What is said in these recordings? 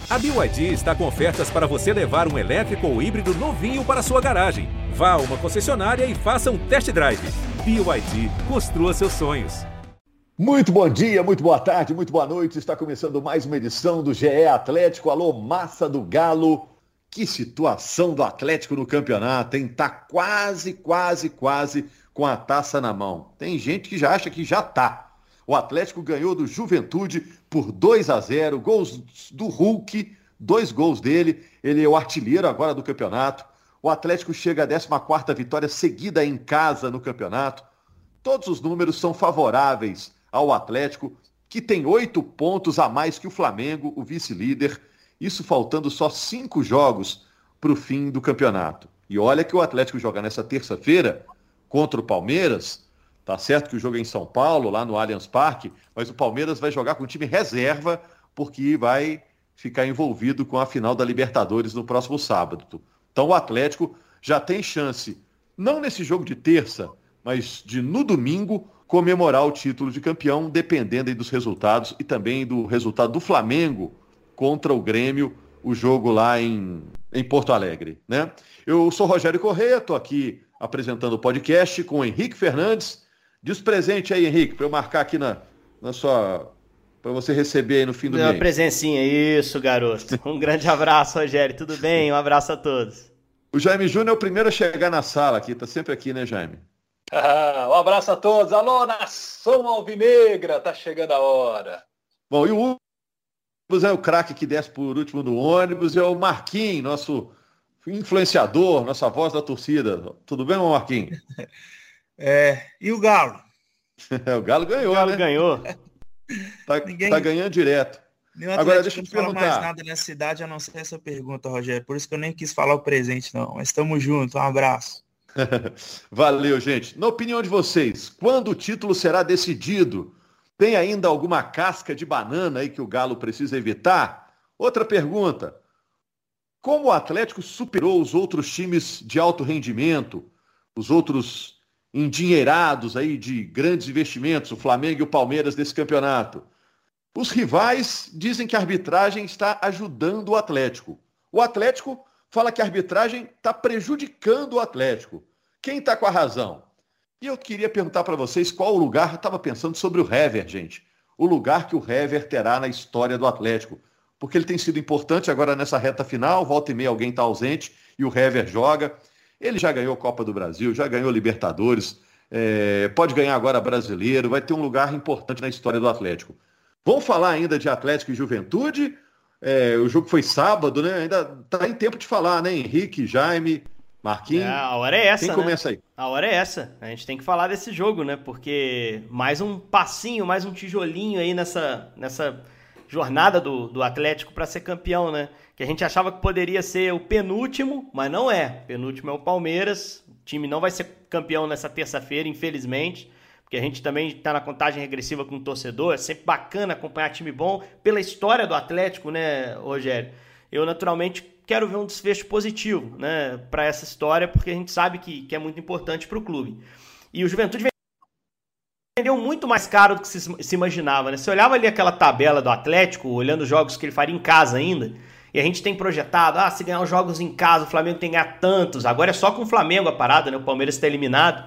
A BYD está com ofertas para você levar um elétrico ou híbrido novinho para sua garagem. Vá a uma concessionária e faça um test drive. BYD, construa seus sonhos. Muito bom dia, muito boa tarde, muito boa noite. Está começando mais uma edição do GE Atlético. Alô, massa do Galo. Que situação do Atlético no campeonato, hein? Tá quase com a taça na mão. Tem gente que já acha que já tá. O Atlético ganhou do Juventude por 2-0, gols do Hulk, 2 gols dele. Ele é o artilheiro agora do campeonato. O Atlético chega à 14ª vitória seguida em casa no campeonato. Todos os números são favoráveis ao Atlético, que tem 8 pontos a mais que o Flamengo, o vice-líder. Isso faltando só 5 jogos para o fim do campeonato. E olha que o Atlético joga nessa terça-feira contra o Palmeiras. Tá certo que o jogo é em São Paulo, lá no Allianz Parque, mas o Palmeiras vai jogar com o time reserva, porque vai ficar envolvido com a final da Libertadores no próximo sábado. Então o Atlético já tem chance, não nesse jogo de terça, mas de no domingo comemorar o título de campeão, dependendo aí dos resultados e também do resultado do Flamengo contra o Grêmio, o jogo lá em Porto Alegre, né? Eu sou Rogério Corrêa, estou aqui apresentando o podcast com o Henrique Fernandes. Diz presente aí, Henrique, para eu marcar aqui na sua... para você receber aí no fim do mês. Uma presencinha, isso, garoto. Um grande abraço, Rogério, tudo bem? Um abraço a todos. O Jaime Júnior é o primeiro a chegar na sala aqui, tá sempre aqui, né, Jaime? Um abraço a todos. Alô, nação alvinegra, tá chegando a hora. Bom, e o ônibus é o craque que desce por último do ônibus, é o Marquinhos, nosso influenciador, nossa voz da torcida. Tudo bem, meu Marquinhos? E o Galo? O Galo ganhou, O Galo né? ganhou. Tá ganhando direto. Agora deixa eu te perguntar. Não fala mais nada nessa cidade a não ser essa pergunta, Rogério. Por isso que eu nem quis falar o presente, não. Mas estamos juntos, um abraço. Valeu, gente. Na opinião de vocês, quando o título será decidido? Tem ainda alguma casca de banana aí que o Galo precisa evitar? Outra pergunta. Como o Atlético superou os outros times de alto rendimento, os outros endinheirados aí de grandes investimentos, o Flamengo e o Palmeiras desse campeonato? Os rivais dizem que a arbitragem está ajudando o Atlético. O Atlético fala que a arbitragem está prejudicando o Atlético. Quem está com a razão? E eu queria perguntar para vocês qual o lugar, estava pensando sobre o Hever, gente. O lugar que o Hever terá na história do Atlético. Porque ele tem sido importante agora nessa reta final, volta e meia alguém está ausente e o Hever joga. Ele já ganhou Copa do Brasil, já ganhou Libertadores, pode ganhar agora Brasileiro, vai ter um lugar importante na história do Atlético. Vamos falar ainda de Atlético e Juventude? O jogo foi sábado, né? Ainda está em tempo de falar, né? Henrique, Jaime, Marquinhos. A hora é essa, Quem começa aí? A hora é essa. A gente tem que falar desse jogo, né? Porque mais um passinho, mais um tijolinho aí nessa jornada do Atlético para ser campeão, né? Que a gente achava que poderia ser o penúltimo, mas não é. O penúltimo é o Palmeiras. O time não vai ser campeão nessa terça-feira, infelizmente, porque a gente também está na contagem regressiva com o torcedor. É sempre bacana acompanhar time bom pela história do Atlético, né, Rogério? Eu, naturalmente, quero ver um desfecho positivo, né, para essa história, porque a gente sabe que é muito importante para o clube. E o Juventude vendeu muito mais caro do que se imaginava, né? Você olhava ali aquela tabela do Atlético, olhando os jogos que ele faria em casa ainda, e a gente tem projetado, se ganhar os jogos em casa, o Flamengo tem que ganhar tantos. Agora é só com o Flamengo a parada, né? O Palmeiras está eliminado.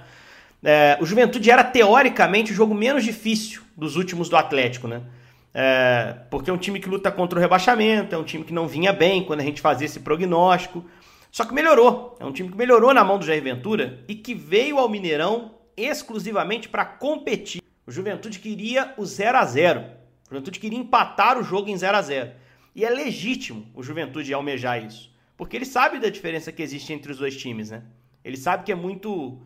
O Juventude era, teoricamente, o jogo menos difícil dos últimos do Atlético, né? Porque é um time que luta contra o rebaixamento, é um time que não vinha bem quando a gente fazia esse prognóstico. Só que melhorou. É um time que melhorou na mão do Jair Ventura e que veio ao Mineirão exclusivamente para competir. O Juventude queria o 0-0. O Juventude queria empatar o jogo em 0-0. E é legítimo o Juventude almejar isso. Porque ele sabe da diferença que existe entre os dois times, né? Ele sabe que é muito...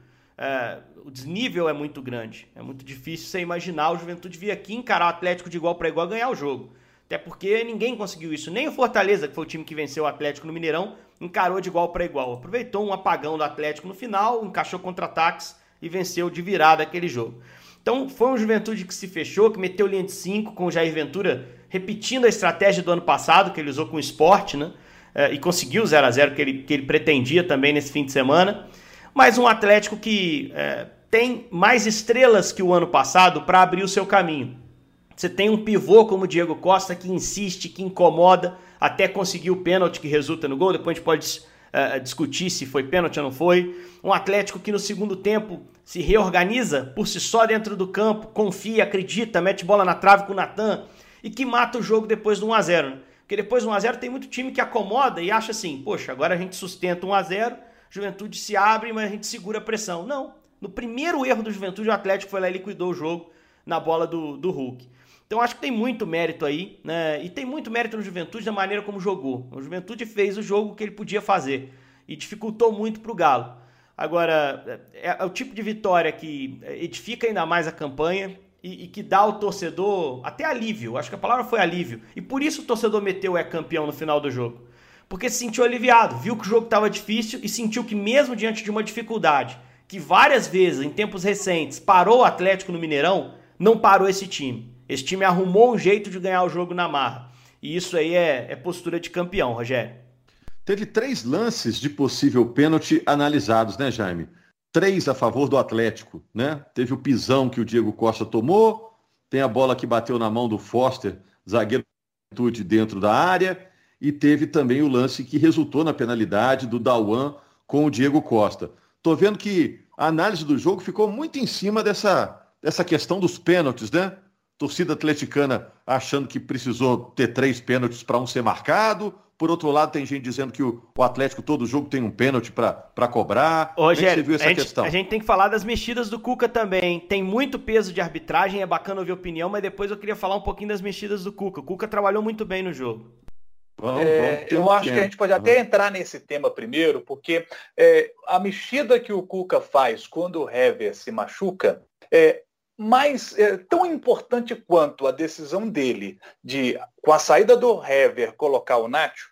o desnível é muito grande. É muito difícil você imaginar o Juventude vir aqui encarar o Atlético de igual para igual e ganhar o jogo. Até porque ninguém conseguiu isso. Nem o Fortaleza, que foi o time que venceu o Atlético no Mineirão, encarou de igual para igual. Aproveitou um apagão do Atlético no final, encaixou contra-ataques e venceu de virada aquele jogo. Então foi um Juventude que se fechou, que meteu linha de 5 com o Jair Ventura repetindo a estratégia do ano passado, que ele usou com o Sport, né? E conseguiu o 0-0 que ele pretendia também nesse fim de semana. Mas um Atlético que tem mais estrelas que o ano passado para abrir o seu caminho. Você tem um pivô como o Diego Costa que insiste, que incomoda. até conseguir o pênalti que resulta no gol. Depois a gente pode discutir se foi pênalti ou não foi. Um Atlético que no segundo tempo se reorganiza por si só dentro do campo, confia, acredita, mete bola na trave com o Natan e que mata o jogo depois do 1-0, né? Porque depois do 1-0 tem muito time que acomoda e acha assim, poxa, agora a gente sustenta 1-0, Juventude se abre, mas a gente segura a pressão. Não, no primeiro erro do Juventude, o Atlético foi lá e liquidou o jogo na bola do Hulk. Então acho que tem muito mérito aí, né? E tem muito mérito no Juventude da maneira como jogou. O Juventude fez o jogo que ele podia fazer e dificultou muito para o Galo. Agora, é o tipo de vitória que edifica ainda mais a campanha e que dá ao torcedor até alívio. Acho que a palavra foi alívio. E por isso o torcedor meteu campeão no final do jogo. Porque se sentiu aliviado, viu que o jogo estava difícil e sentiu que mesmo diante de uma dificuldade, que várias vezes, em tempos recentes, parou o Atlético no Mineirão, não parou esse time. Esse time arrumou um jeito de ganhar o jogo na marra. E isso aí é postura de campeão, Rogério. Teve 3 lances de possível pênalti analisados, né, Jaime? 3 a favor do Atlético, né? Teve o pisão que o Diego Costa tomou, tem a bola que bateu na mão do Foster, zagueiro dentro da área, e teve também o lance que resultou na penalidade do Dauan com o Diego Costa. Tô vendo que a análise do jogo ficou muito em cima dessa questão dos pênaltis, né? Torcida atleticana achando que precisou ter 3 pênaltis para um ser marcado. Por outro lado, tem gente dizendo que o Atlético todo jogo tem um pênalti para cobrar. Rogério, você viu essa questão? A gente tem que falar das mexidas do Cuca também. Tem muito peso de arbitragem, é bacana ouvir opinião, mas depois eu queria falar um pouquinho das mexidas do Cuca. O Cuca trabalhou muito bem no jogo. Eu acho que a gente pode até entrar nesse tema primeiro, porque a mexida que o Cuca faz quando o Hever se machuca tão importante quanto a decisão dele de, com a saída do Hever, colocar o Nacho,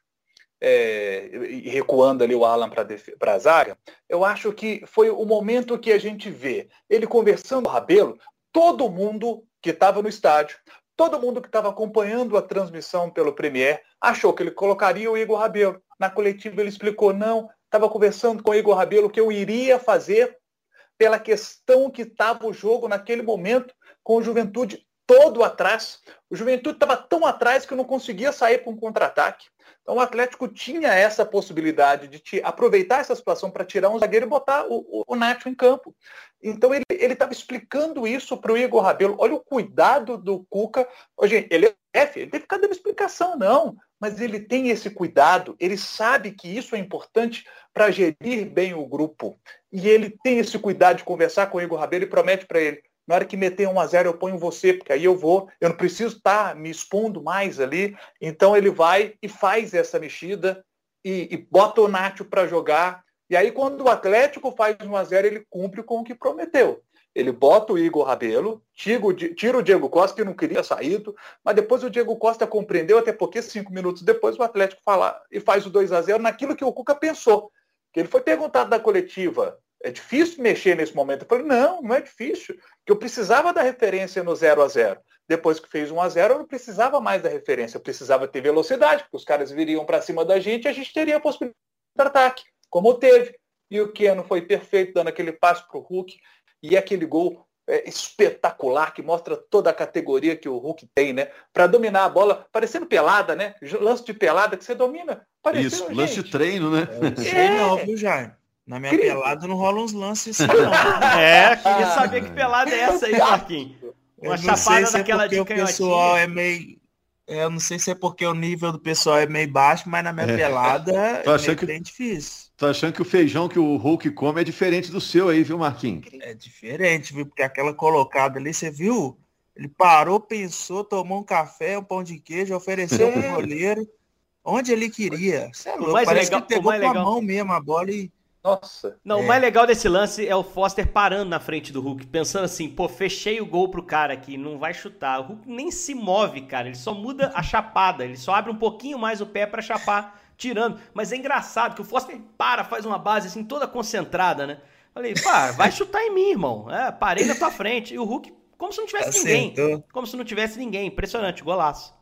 recuando ali o Alan para a zaga. Eu acho que foi o momento que a gente vê ele conversando com o Rabelo, todo mundo que estava no estádio, todo mundo que estava acompanhando a transmissão pelo Premier, achou que ele colocaria o Igor Rabelo. Na coletiva ele explicou, não, estava conversando com o Igor Rabelo que eu iria fazer pela questão que estava o jogo naquele momento, com o Juventude todo atrás. O Juventude estava tão atrás que não conseguia sair para um contra-ataque. Então o Atlético tinha essa possibilidade de aproveitar essa situação para tirar um zagueiro e botar o Nacho em campo. Então ele estava explicando isso para o Igor Rabelo. Olha o cuidado do Cuca. Gente, ele tem que ficar dando explicação, não. Mas ele tem esse cuidado, ele sabe que isso é importante para gerir bem o grupo. E ele tem esse cuidado de conversar com o Igor Rabelo e promete para ele, na hora que meter 1-0 eu ponho você, porque aí eu não preciso estar me expondo mais ali. Então ele vai e faz essa mexida e bota o Nacho para jogar. E aí quando o Atlético faz 1-0, ele cumpre com o que prometeu. Ele bota o Igor Rabelo, tira o Diego Costa, que não queria saído, mas depois o Diego Costa compreendeu, até porque 5 minutos depois o Atlético faz o 2-0 naquilo que o Cuca pensou. Que ele foi perguntado na coletiva, é difícil mexer nesse momento? Eu falei, não é difícil, porque eu precisava da referência no 0-0. Depois que fez 1-0, eu não precisava mais da referência, eu precisava ter velocidade, porque os caras viriam para cima da gente e a gente teria a possibilidade de ataque, como teve. E o Keno foi perfeito, dando aquele passe para o Hulk, e aquele gol espetacular, que mostra toda a categoria que o Hulk tem, né? Para dominar a bola, parecendo pelada, né? Lance de pelada que você domina. Isso, gente. Lance de treino, né? Não sei não, viu, Jaime? Na minha pelada não rola uns lances assim, não. Queria saber que pelada é essa aí, Marquinhos. Uma chapada daquela de canhotinha. O pessoal é meio... Eu não sei se é porque o nível do pessoal é meio baixo, mas na minha pelada é bem difícil. Tô achando que o feijão que o Hulk come é diferente do seu aí, viu, Marquinhos? É diferente, viu? Porque aquela colocada ali, você viu? Ele parou, pensou, tomou um café, um pão de queijo, ofereceu pro goleiro, onde ele queria. Parece que ele pegou com a mão mesmo a bola e... Nossa. Não, o mais legal desse lance é o Foster parando na frente do Hulk, pensando assim, fechei o gol pro cara aqui, não vai chutar. O Hulk nem se move, cara, ele só muda a chapada, ele só abre um pouquinho mais o pé pra chapar, tirando. Mas é engraçado que o Foster faz uma base assim, toda concentrada, né? Falei, vai chutar em mim, irmão. Parei na tua frente. E o Hulk, como se não tivesse ninguém. Como se não tivesse ninguém. Impressionante, golaço.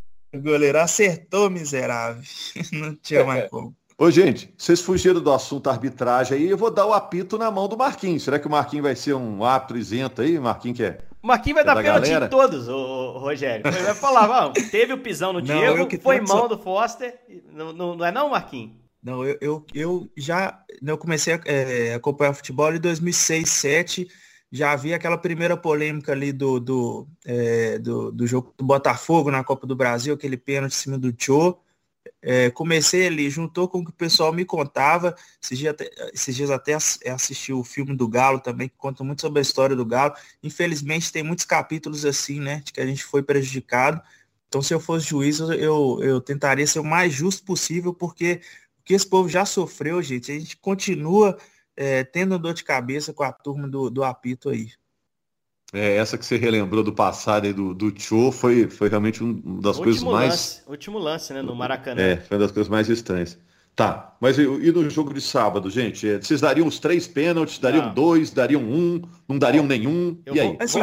O goleiro acertou, miserável. Não tinha mais como. Ô, gente, vocês fugiram do assunto arbitragem aí, eu vou dar o apito na mão do Marquinhos. Será que o Marquinhos vai ser um árbitro isento aí? O Marquinhos que é O Marquinhos vai dar pênalti em todos, o Rogério. Ele vai falar, teve o pisão no Diego, foi mão do Foster. Não é não, Marquinhos? Não, eu comecei a acompanhar futebol em 2006, 2007. Já vi aquela primeira polêmica ali do jogo do Botafogo na Copa do Brasil, aquele pênalti em cima do Tchô. Comecei ali, juntou com o que o pessoal me contava. Esses dias até assisti o filme do Galo também, que conta muito sobre a história do Galo. Infelizmente tem muitos capítulos assim, né, de que a gente foi prejudicado. Então, se eu fosse juiz, eu tentaria ser o mais justo possível, porque o que esse povo já sofreu, gente, a gente continua tendo dor de cabeça com a turma do apito aí. Essa que você relembrou do passado aí do Tchô foi realmente uma das coisas mais... Último lance, né, no Maracanã. Foi uma das coisas mais estranhas. Tá, mas e no jogo de sábado, gente? Vocês dariam os 3 pênaltis, dariam 2, dariam 1, não dariam nenhum? E aí? Assim,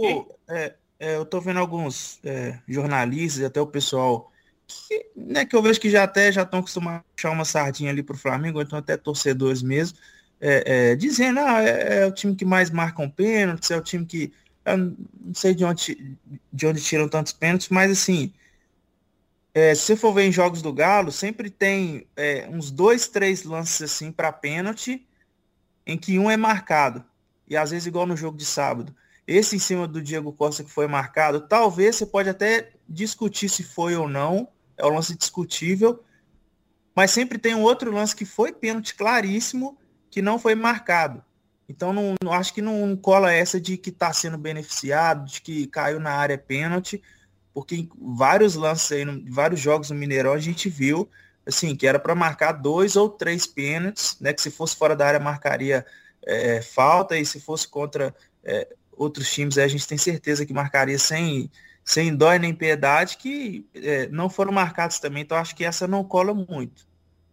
eu tô vendo alguns jornalistas e até o pessoal que eu vejo que já estão acostumados a puxar uma sardinha ali pro Flamengo, ou então até torcedores mesmo, dizendo, é o time que mais marca um pênalti, é o time que, eu não sei de onde tiram tantos pênaltis, mas assim, se você for ver em jogos do Galo, sempre tem uns 2, 3 lances assim para pênalti, em que um é marcado, e às vezes igual no jogo de sábado. Esse em cima do Diego Costa que foi marcado, talvez você pode até discutir se foi ou não, é um lance discutível, mas sempre tem um outro lance que foi pênalti claríssimo, que não foi marcado. Então, não acho que não cola essa de que está sendo beneficiado, de que caiu na área pênalti, porque em vários lances aí, vários jogos no Mineirão, a gente viu assim, que era para marcar 2 ou 3 pênaltis, né, que se fosse fora da área marcaria falta, e se fosse contra outros times, a gente tem certeza que marcaria sem dó nem piedade, que não foram marcados também. Então, acho que essa não cola muito.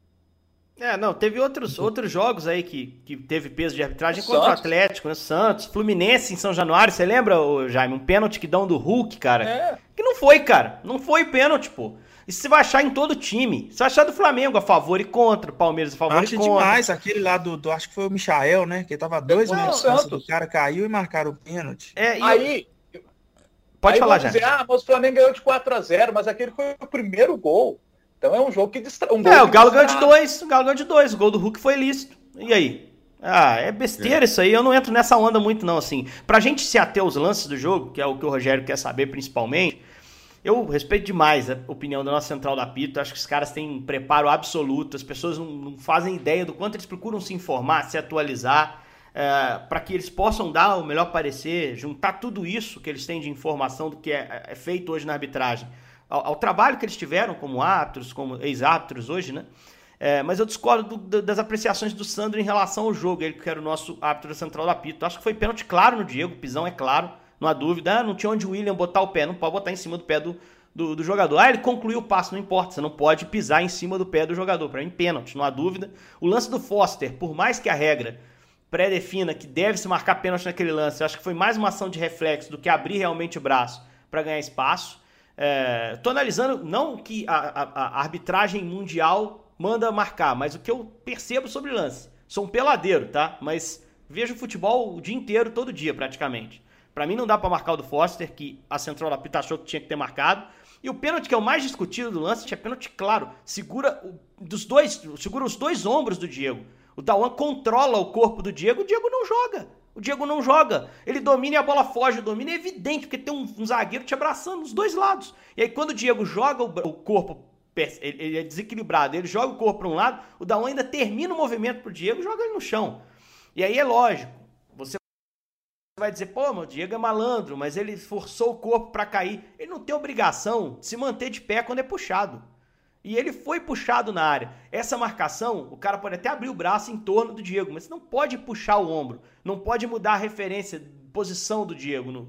Teve outros jogos aí que teve peso de arbitragem contra o Atlético, né? Santos, Fluminense em São Januário, você lembra, Jaime? Um pênalti que dão do Hulk, cara. Que não foi, cara. Não foi pênalti, pô. Isso você vai achar em todo time. Você vai achar do Flamengo a favor e contra, Palmeiras a favor e contra. Demais, aquele lá acho que foi o Michael, né? Que tava 2 minutos do cara, caiu e marcaram o pênalti. Aí... Pode falar, já. Mas o Flamengo ganhou de 4-0, mas aquele foi o primeiro gol. Então é um jogo que distrai. O Galo ganhou de 2. O Galo ganhou de 2. O gol do Hulk foi lícito. E aí? É besteira isso aí. Eu não entro nessa onda muito, não, assim. Pra gente se ater aos lances do jogo, que é o que o Rogério quer saber principalmente, eu respeito demais a opinião da nossa central da Apito. Acho que os caras têm preparo absoluto. As pessoas não fazem ideia do quanto eles procuram se informar, se atualizar, para que eles possam dar o melhor parecer, juntar tudo isso que eles têm de informação do que é feito hoje na arbitragem ao trabalho que eles tiveram como árbitros, como ex-árbitros hoje, né? Mas eu discordo das apreciações do Sandro em relação ao jogo, ele que era o nosso árbitro da central da Apito. Acho que foi pênalti claro no Diego, pisão é claro, não há dúvida. Não tinha onde o William botar o pé, não pode botar em cima do pé do jogador. Ele concluiu o passe, não importa, você não pode pisar em cima do pé do jogador. Para mim, pênalti, não há dúvida. O lance do Foster, por mais que a regra pré-defina que deve se marcar pênalti naquele lance, eu acho que foi mais uma ação de reflexo do que abrir realmente o braço para ganhar espaço. Tô analisando, não que a arbitragem mundial manda marcar, mas o que eu percebo sobre o lance. Sou um peladeiro, tá? Mas vejo futebol o dia inteiro, todo dia praticamente. Pra mim não dá pra marcar o do Foster, que a central da Apito achou que tinha que ter marcado. E o pênalti que é o mais discutido do lance, é pênalti claro. Segura os dois ombros do Diego. O Dawan controla o corpo do Diego, o Diego não joga. O Diego não joga, ele domina e a bola foge, o domínio é evidente, porque tem um zagueiro te abraçando dos dois lados. E aí quando o Diego joga o corpo, ele é desequilibrado, ele joga o corpo para um lado, o Dawan ainda termina o movimento pro Diego e joga ele no chão. E aí é lógico, você vai dizer, o Diego é malandro, mas ele forçou o corpo para cair. Ele não tem obrigação de se manter de pé quando é puxado. E ele foi puxado na área. Essa marcação, o cara pode até abrir o braço em torno do Diego, mas não pode puxar o ombro, não pode mudar a referência, posição do Diego,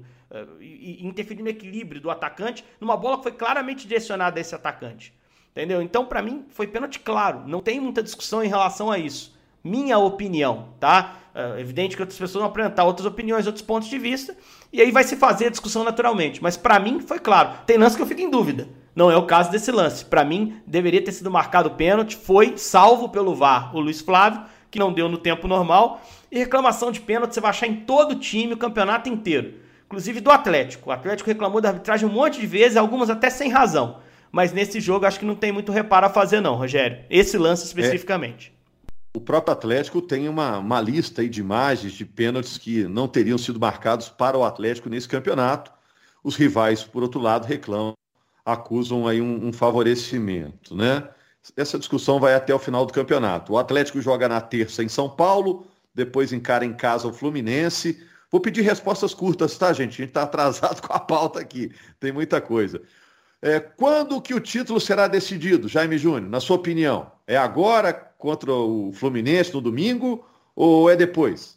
e interferir no equilíbrio do atacante, numa bola que foi claramente direcionada a esse atacante. Entendeu? Então, pra mim, foi pênalti claro. Não tem muita discussão em relação a isso. Minha opinião, tá? Evidente que outras pessoas vão apresentar outras opiniões, outros pontos de vista, e aí vai se fazer a discussão naturalmente. Mas pra mim, foi claro. Tem lance que eu fico em dúvida. Não é o caso desse lance. Para mim, deveria ter sido marcado o pênalti. Foi salvo pelo VAR o Luiz Flávio, que não deu no tempo normal. E reclamação de pênalti você vai achar em todo time, o campeonato inteiro. inclusive do Atlético. O Atlético reclamou da arbitragem um monte de vezes, algumas até sem razão. Mas nesse jogo acho que não tem muito reparo a fazer não, Rogério. Esse lance especificamente. O próprio Atlético tem uma lista aí de imagens de pênaltis que não teriam sido marcados para o Atlético nesse campeonato. Os rivais, por outro lado, reclamam, acusam aí um favorecimento, né? Essa discussão vai até o final do campeonato. O Atlético joga na terça em São Paulo, depois encara em casa o Fluminense. Vou pedir respostas curtas, tá, gente? A gente está atrasado com a pauta aqui, tem muita coisa. Quando que o título será decidido, Jaime Júnior, na sua opinião? É agora contra o Fluminense no domingo ou é depois?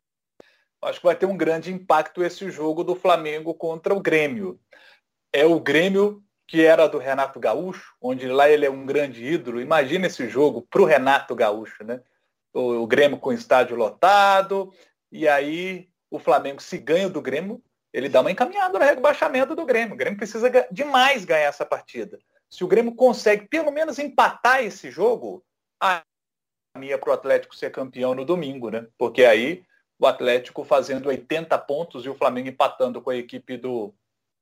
Acho que vai ter um grande impacto esse jogo do Flamengo contra o Grêmio. É o Grêmio que era do Renato Gaúcho, onde lá ele é um grande ídolo. Imagina esse jogo para o Renato Gaúcho, né? O Grêmio com o estádio lotado, e aí o Flamengo, se ganha do Grêmio, ele dá uma encaminhada no rebaixamento do Grêmio. O Grêmio precisa demais ganhar essa partida. Se o Grêmio consegue pelo menos empatar esse jogo, a minha para o Atlético ser campeão no domingo, né? Porque aí o Atlético fazendo 80 pontos e o Flamengo empatando com a equipe do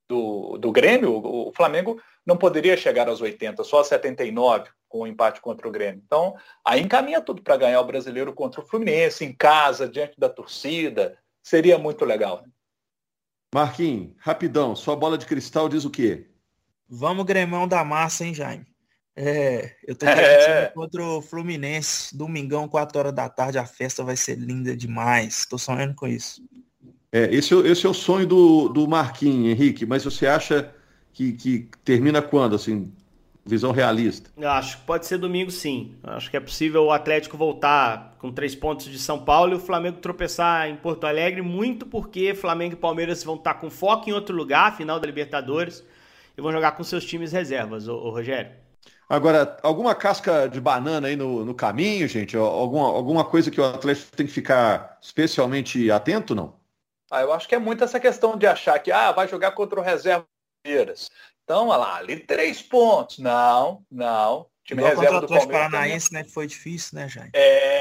Grêmio, o Flamengo não poderia chegar aos 80, só a 79 com o empate contra o Grêmio. Então, aí encaminha tudo para ganhar o Brasileiro contra o Fluminense, em casa, diante da torcida. Seria muito legal, né? Marquinhos, rapidão, sua bola de cristal diz o quê? Vamos, Grêmio da massa, hein, Jaime? Eu tô querendo contra o Fluminense, domingão, 4 horas da tarde, a festa vai ser linda demais. Tô sonhando com isso. Esse é o sonho do Marquinhos, Henrique, mas você acha que termina quando, assim, visão realista? Eu acho que pode ser domingo, sim. Eu acho que é possível o Atlético voltar com 3 pontos de São Paulo e o Flamengo tropeçar em Porto Alegre, muito porque Flamengo e Palmeiras vão estar com foco em outro lugar, final da Libertadores, e vão jogar com seus times reservas, ô Rogério. Agora, alguma casca de banana aí no caminho, gente? Alguma coisa que o Atlético tem que ficar especialmente atento, não? Eu acho que é muito essa questão de achar que vai jogar contra o reserva do Palmeiras. Então, olha lá, ali 3 pontos. Não. Time reserva do Atlético Paranaense, né? Foi difícil, né, Jaime?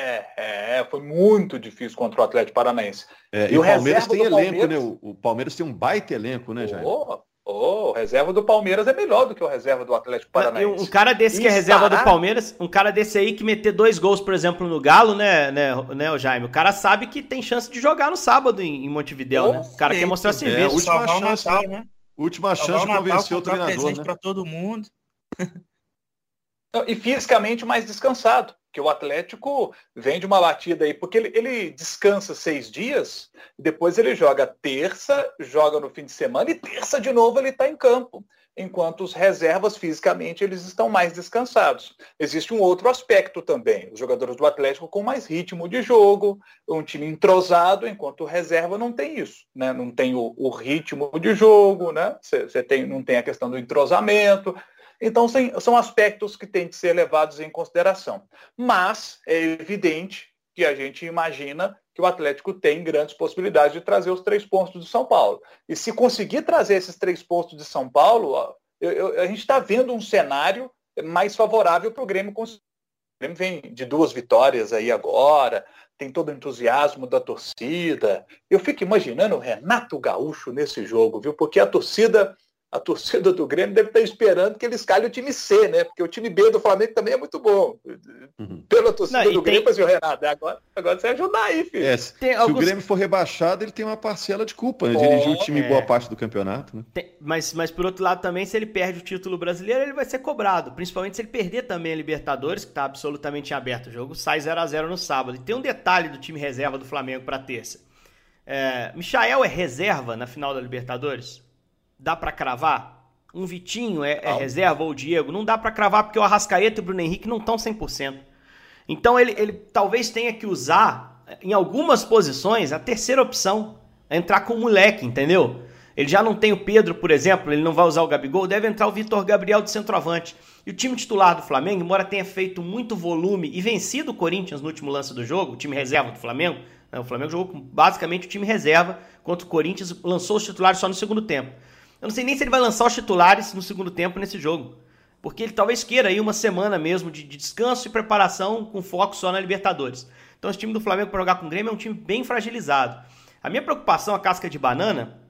Foi muito difícil contra o Atlético Paranaense. E o Palmeiras tem elenco, né? O Palmeiras tem um baita elenco, né, Jaime? O reserva do Palmeiras é melhor do que o reserva do Atlético Paranaense. Um cara desse que é reserva do Palmeiras, um cara desse aí que meter 2 gols, por exemplo, no Galo, né, o Jaime? O cara sabe que tem chance de jogar no sábado em Montevidéu, né? O cara quer mostrar serviço. Última chance de convencer o treinador, né? Para todo mundo. E fisicamente mais descansado, que o Atlético vem de uma batida aí, porque ele descansa 6 dias, depois ele joga terça, joga no fim de semana e terça de novo ele está em campo, enquanto os reservas fisicamente eles estão mais descansados. Existe um outro aspecto também, os jogadores do Atlético com mais ritmo de jogo, um time entrosado, enquanto o reserva não tem isso, né? Não tem o ritmo de jogo, né? Não tem a questão do entrosamento. Então, são aspectos que têm que ser levados em consideração. Mas é evidente que a gente imagina que o Atlético tem grandes possibilidades de trazer os 3 pontos de São Paulo. E se conseguir trazer esses 3 pontos de São Paulo, a gente está vendo um cenário mais favorável para o Grêmio. O Grêmio vem de 2 vitórias aí agora, tem todo o entusiasmo da torcida. Eu fico imaginando o Renato Gaúcho nesse jogo, viu? Porque a torcida do Grêmio deve estar esperando que ele escalhe o time C, né? Porque o time B do Flamengo também é muito bom. Pela torcida do Grêmio, mas o Renato, agora você ajudar aí, filho. Se o Grêmio for rebaixado, ele tem uma parcela de culpa, né? Dirigir o time boa parte do campeonato, né? Mas por outro lado também, se ele perde o título brasileiro, ele vai ser cobrado. Principalmente se ele perder também a Libertadores, que está absolutamente aberto. O jogo sai 0-0 no sábado. E tem um detalhe do time reserva do Flamengo para terça. Michael é reserva na final da Libertadores? Dá pra cravar? Um Vitinho é reserva ou o Diego? Não dá pra cravar porque o Arrascaeta e o Bruno Henrique não estão 100%. Então ele talvez tenha que usar, em algumas posições, a terceira opção. Entrar com o moleque, entendeu? Ele já não tem o Pedro, por exemplo, ele não vai usar o Gabigol, deve entrar o Vitor Gabriel de centroavante. E o time titular do Flamengo, embora tenha feito muito volume e vencido o Corinthians no último lance do jogo, o time reserva do Flamengo, né? O Flamengo jogou com basicamente o time reserva contra o Corinthians, lançou os titulares só no segundo tempo. Eu não sei nem se ele vai lançar os titulares no segundo tempo nesse jogo. Porque ele talvez queira aí uma semana mesmo de descanso e preparação com foco só na Libertadores. Então esse time do Flamengo para jogar com o Grêmio é um time bem fragilizado. A minha preocupação, a casca de banana,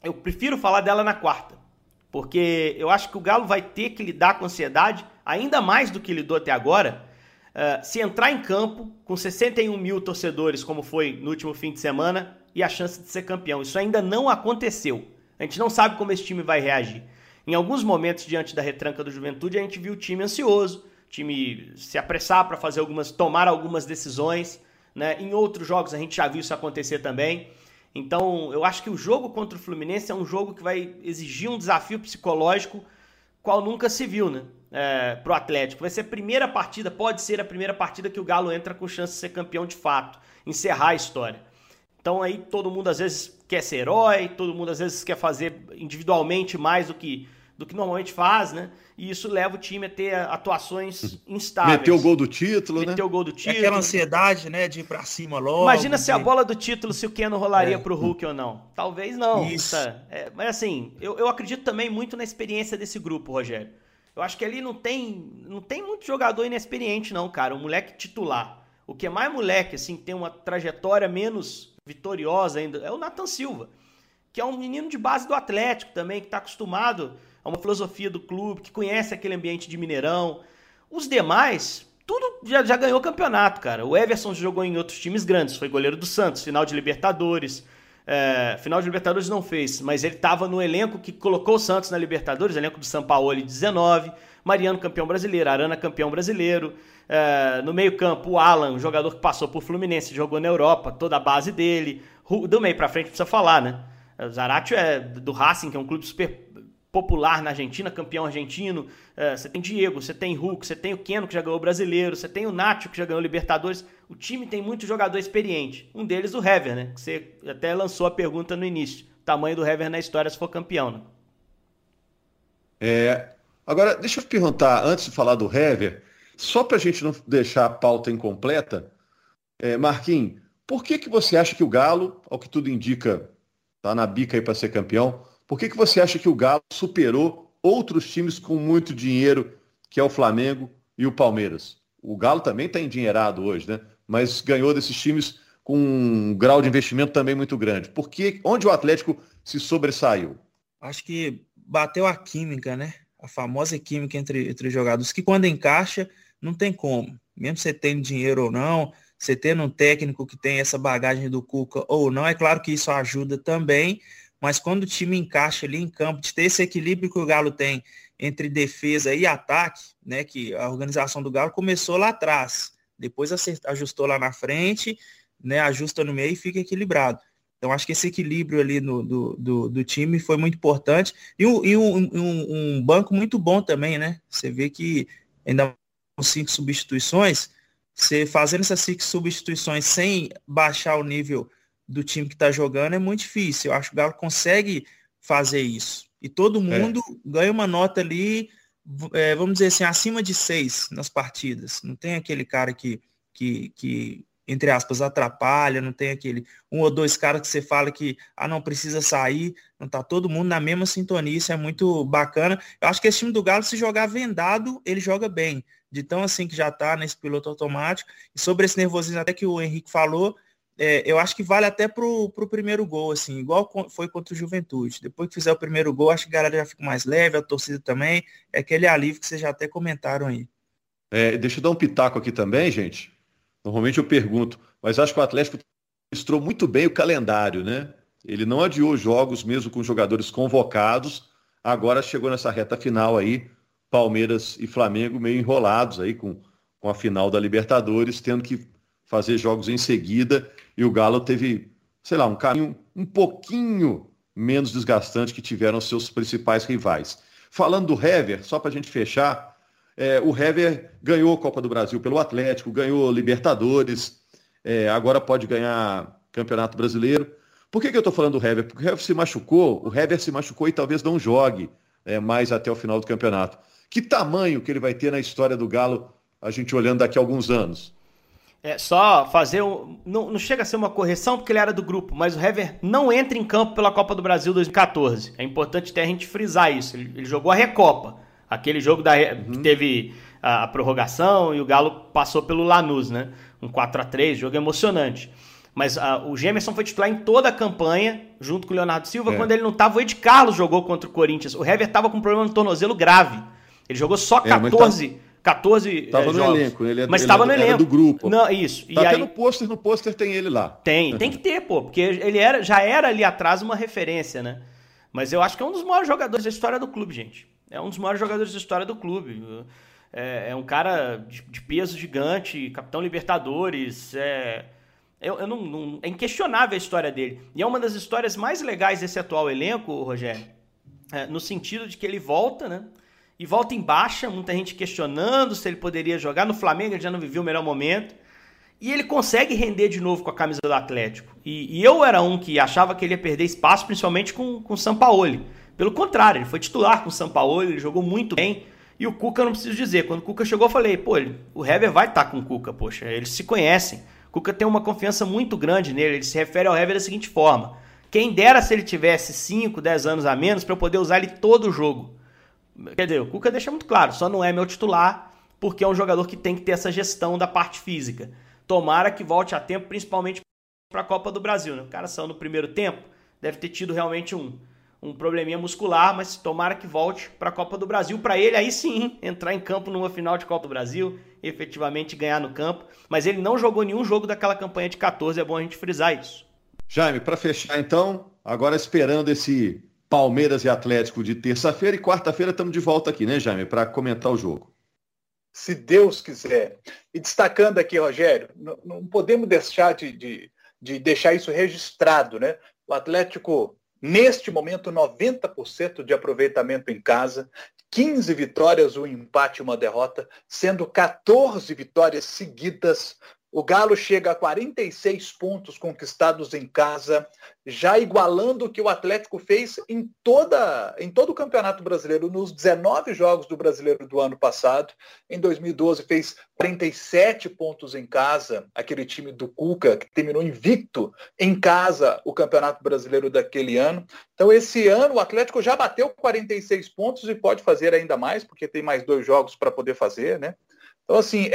eu prefiro falar dela na quarta, porque eu acho que o Galo vai ter que lidar com ansiedade, ainda mais do que lidou até agora, se entrar em campo com 61 mil torcedores, como foi no último fim de semana, e a chance de ser campeão. Isso ainda não aconteceu. A gente não sabe como esse time vai reagir. Em alguns momentos, diante da retranca do Juventude, a gente viu o time ansioso, o time se apressar para tomar algumas decisões, né? Em outros jogos a gente já viu isso acontecer também. Então, eu acho que o jogo contra o Fluminense é um jogo que vai exigir um desafio psicológico qual nunca se viu, né? Pro Atlético. Vai ser a primeira partida, pode ser a primeira partida que o Galo entra com chance de ser campeão de fato, encerrar a história. Então aí todo mundo às vezes quer ser herói, todo mundo às vezes quer fazer individualmente mais do que normalmente faz, né? E isso leva o time a ter atuações instáveis. Meteu o gol do título, né? Meteu o gol do título. Aquela ansiedade, né, de ir pra cima logo. Imagina se a bola do título, se o Keno rolaria pro Hulk ou não. Talvez não. Isso. Mas assim, eu acredito também muito na experiência desse grupo, Rogério. Eu acho que ali não tem muito jogador inexperiente não, cara. Um moleque titular. O que é mais moleque, assim, tem uma trajetória menos vitoriosa ainda, é o Nathan Silva, que é um menino de base do Atlético também, que está acostumado a uma filosofia do clube, que conhece aquele ambiente de Mineirão. Os demais, tudo já ganhou campeonato, cara. O Everson jogou em outros times grandes, foi goleiro do Santos, final de Libertadores. Final de Libertadores não fez, mas ele estava no elenco que colocou o Santos na Libertadores, elenco do Sampaoli 19, Mariano campeão brasileiro, Arana campeão brasileiro. No meio campo, o Alan, um jogador que passou por Fluminense, jogou na Europa, toda a base dele. Do meio pra frente precisa falar, né? O Zaratio é do Racing, que é um clube super popular na Argentina, campeão argentino. Você tem Diego, você tem Hulk, você tem o Keno, que já ganhou o brasileiro, você tem o Nacho, que já ganhou o Libertadores. O time tem muito jogador experiente. Um deles o Hever, né? Que você até lançou a pergunta no início. O tamanho do Hever na história se for campeão, né? Agora, deixa eu perguntar, antes de falar do Hever, só para a gente não deixar a pauta incompleta, Marquinhos, por que você acha que o Galo, ao que tudo indica, tá na bica aí para ser campeão, por que você acha que o Galo superou outros times com muito dinheiro, que é o Flamengo e o Palmeiras? O Galo também está endinheirado hoje, né? Mas ganhou desses times com um grau de investimento também muito grande. Onde o Atlético se sobressaiu? Acho que bateu a química, né? A famosa química entre jogadores, que quando encaixa, não tem como. Mesmo você tendo dinheiro ou não, você tendo um técnico que tem essa bagagem do Cuca ou não, é claro que isso ajuda também, mas quando o time encaixa ali em campo, de ter esse equilíbrio que o Galo tem entre defesa e ataque, né, que a organização do Galo começou lá atrás, depois ajustou lá na frente, né, ajusta no meio e fica equilibrado. Então, acho que esse equilíbrio ali do time foi muito importante. E um banco muito bom também, né? Você vê que ainda com 5 substituições, você fazendo essas 5 substituições sem baixar o nível do time que está jogando é muito difícil. Eu acho que o Galo consegue fazer isso. E todo mundo ganha uma nota ali, vamos dizer assim, acima de 6 nas partidas. Não tem aquele cara que entre aspas, atrapalha, não tem aquele 1 ou 2 caras que você fala que não precisa sair, não tá todo mundo na mesma sintonia, isso é muito bacana. Eu acho que esse time do Galo, se jogar vendado, ele joga bem, de tão assim que já tá nesse piloto automático. E sobre esse nervosismo até que o Henrique falou, eu acho que vale até pro primeiro gol, assim, igual foi contra o Juventude. Depois que fizer o primeiro gol, acho que a galera já fica mais leve, a torcida também, é aquele alívio que vocês já até comentaram aí. Deixa eu dar um pitaco aqui também, gente. Normalmente eu pergunto, mas acho que o Atlético administrou muito bem o calendário, né? Ele não adiou jogos mesmo com jogadores convocados. Agora chegou nessa reta final aí, Palmeiras e Flamengo meio enrolados aí com a final da Libertadores, tendo que fazer jogos em seguida. E o Galo teve, sei lá, um caminho um pouquinho menos desgastante que tiveram seus principais rivais. Falando do Hever, só para a gente fechar, o Hever ganhou a Copa do Brasil pelo Atlético, ganhou Libertadores, agora pode ganhar Campeonato Brasileiro. Por que eu estou falando do Hever? Porque o Hever se machucou e talvez não jogue mais até o final do campeonato. Que tamanho que ele vai ter na história do Galo, a gente olhando daqui a alguns anos? Só fazer não chega a ser uma correção porque ele era do grupo, mas o Hever não entra em campo pela Copa do Brasil 2014. É importante até a gente frisar isso. Ele jogou a Recopa. Aquele jogo que teve a prorrogação e o Galo passou pelo Lanús, né? Um 4-3, jogo emocionante. Mas o Gemerson foi titular em toda a campanha, junto com o Leonardo Silva. Quando ele não estava, o Ed Carlos jogou contra o Corinthians. O Hever estava com um problema no tornozelo grave. Ele jogou só 14 Tava no jogos. elenco. Mas estava no elenco. Era do grupo. Não, isso. Tá até no pôster tem ele lá. Tem que ter, pô. Porque ele já era ali atrás uma referência, né? Mas eu acho que é um dos maiores jogadores da história do clube, gente. É um dos maiores jogadores da história do clube. É um cara de peso gigante, capitão Libertadores. É inquestionável a história dele. E é uma das histórias mais legais desse atual elenco, Rogério, no sentido de que ele volta, né? E volta em baixa, muita gente questionando se ele poderia jogar. No Flamengo ele já não viveu o melhor momento. E ele consegue render de novo com a camisa do Atlético. E eu era um que achava que ele ia perder espaço, principalmente com o Sampaoli. Pelo contrário, ele foi titular com o Sampaoli, ele jogou muito bem. E o Cuca, eu não preciso dizer. Quando o Cuca chegou, eu falei, pô, o Hever vai estar com o Cuca, poxa, eles se conhecem. O Cuca tem uma confiança muito grande nele, ele se refere ao Hever da seguinte forma: quem dera se ele tivesse 5, 10 anos a menos para eu poder usar ele todo o jogo. Quer dizer, o Cuca deixa muito claro, só não é meu titular porque é um jogador que tem que ter essa gestão da parte física. Tomara que volte a tempo, principalmente para a Copa do Brasil, né? O cara saiu no primeiro tempo, deve ter tido realmente um probleminha muscular, mas tomara que volte para a Copa do Brasil, para ele aí sim entrar em campo numa final de Copa do Brasil, efetivamente ganhar no campo. Mas ele não jogou nenhum jogo daquela campanha de 14, é bom a gente frisar isso. Jaime, para fechar então, agora esperando esse Palmeiras e Atlético de terça-feira, e quarta-feira estamos de volta aqui, né, Jaime, para comentar o jogo. Se Deus quiser. E destacando aqui, Rogério, não podemos deixar de deixar isso registrado, né? O Atlético, neste momento, 90% de aproveitamento em casa, 15 vitórias, um empate e uma derrota, sendo 14 vitórias seguidas. O Galo chega a 46 pontos conquistados em casa, já igualando o que o Atlético fez em todo o Campeonato Brasileiro, nos 19 jogos do Brasileiro do ano passado. Em 2012 fez 47 pontos em casa, aquele time do Cuca, que terminou invicto em casa o Campeonato Brasileiro daquele ano. Então esse ano o Atlético já bateu 46 pontos e pode fazer ainda mais, porque tem mais 2 jogos para poder fazer, né? Então assim,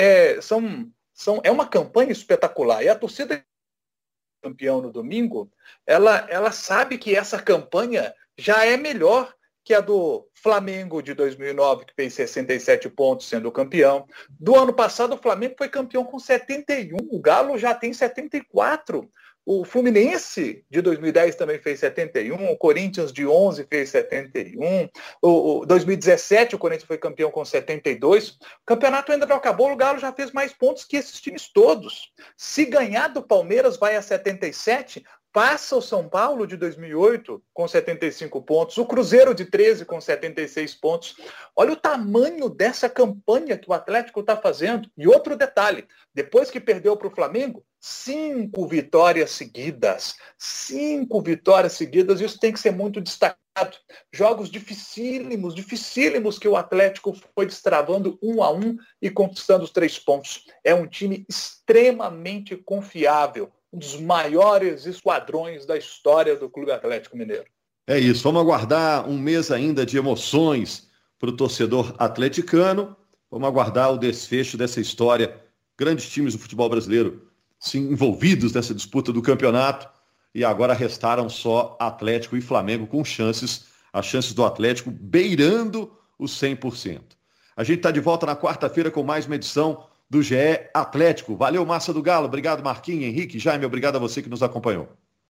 é uma campanha espetacular. E a torcida campeão no domingo, ela sabe que essa campanha já é melhor que a do Flamengo de 2009, que fez 67 pontos sendo campeão. Do ano passado, o Flamengo foi campeão com 71. O Galo já tem 74. O Fluminense de 2010 também fez 71, o Corinthians de 11 fez 71, o 2017 o Corinthians foi campeão com 72. O campeonato ainda não acabou, o Galo já fez mais pontos que esses times todos. Se ganhar do Palmeiras, vai a 77, passa o São Paulo de 2008 com 75 pontos, o Cruzeiro de 13 com 76 pontos. Olha o tamanho dessa campanha que o Atlético está fazendo. E outro detalhe, depois que perdeu para o Flamengo, 5 vitórias seguidas. 5 vitórias seguidas, isso tem que ser muito destacado. Jogos dificílimos que o Atlético foi destravando 1-1 e conquistando os 3 pontos. É um time extremamente confiável, um dos maiores esquadrões da história do Clube Atlético Mineiro. É isso, vamos aguardar um mês ainda de emoções para o torcedor atleticano. Vamos aguardar o desfecho dessa história. Grandes times do futebol brasileiro envolvidos nessa disputa do campeonato, e agora restaram só Atlético e Flamengo com as chances do Atlético beirando os 100%. A gente está de volta na quarta-feira com mais uma edição do GE Atlético. Valeu, Massa do Galo, obrigado Marquinhos, Henrique, Jaime, obrigado a você que nos acompanhou.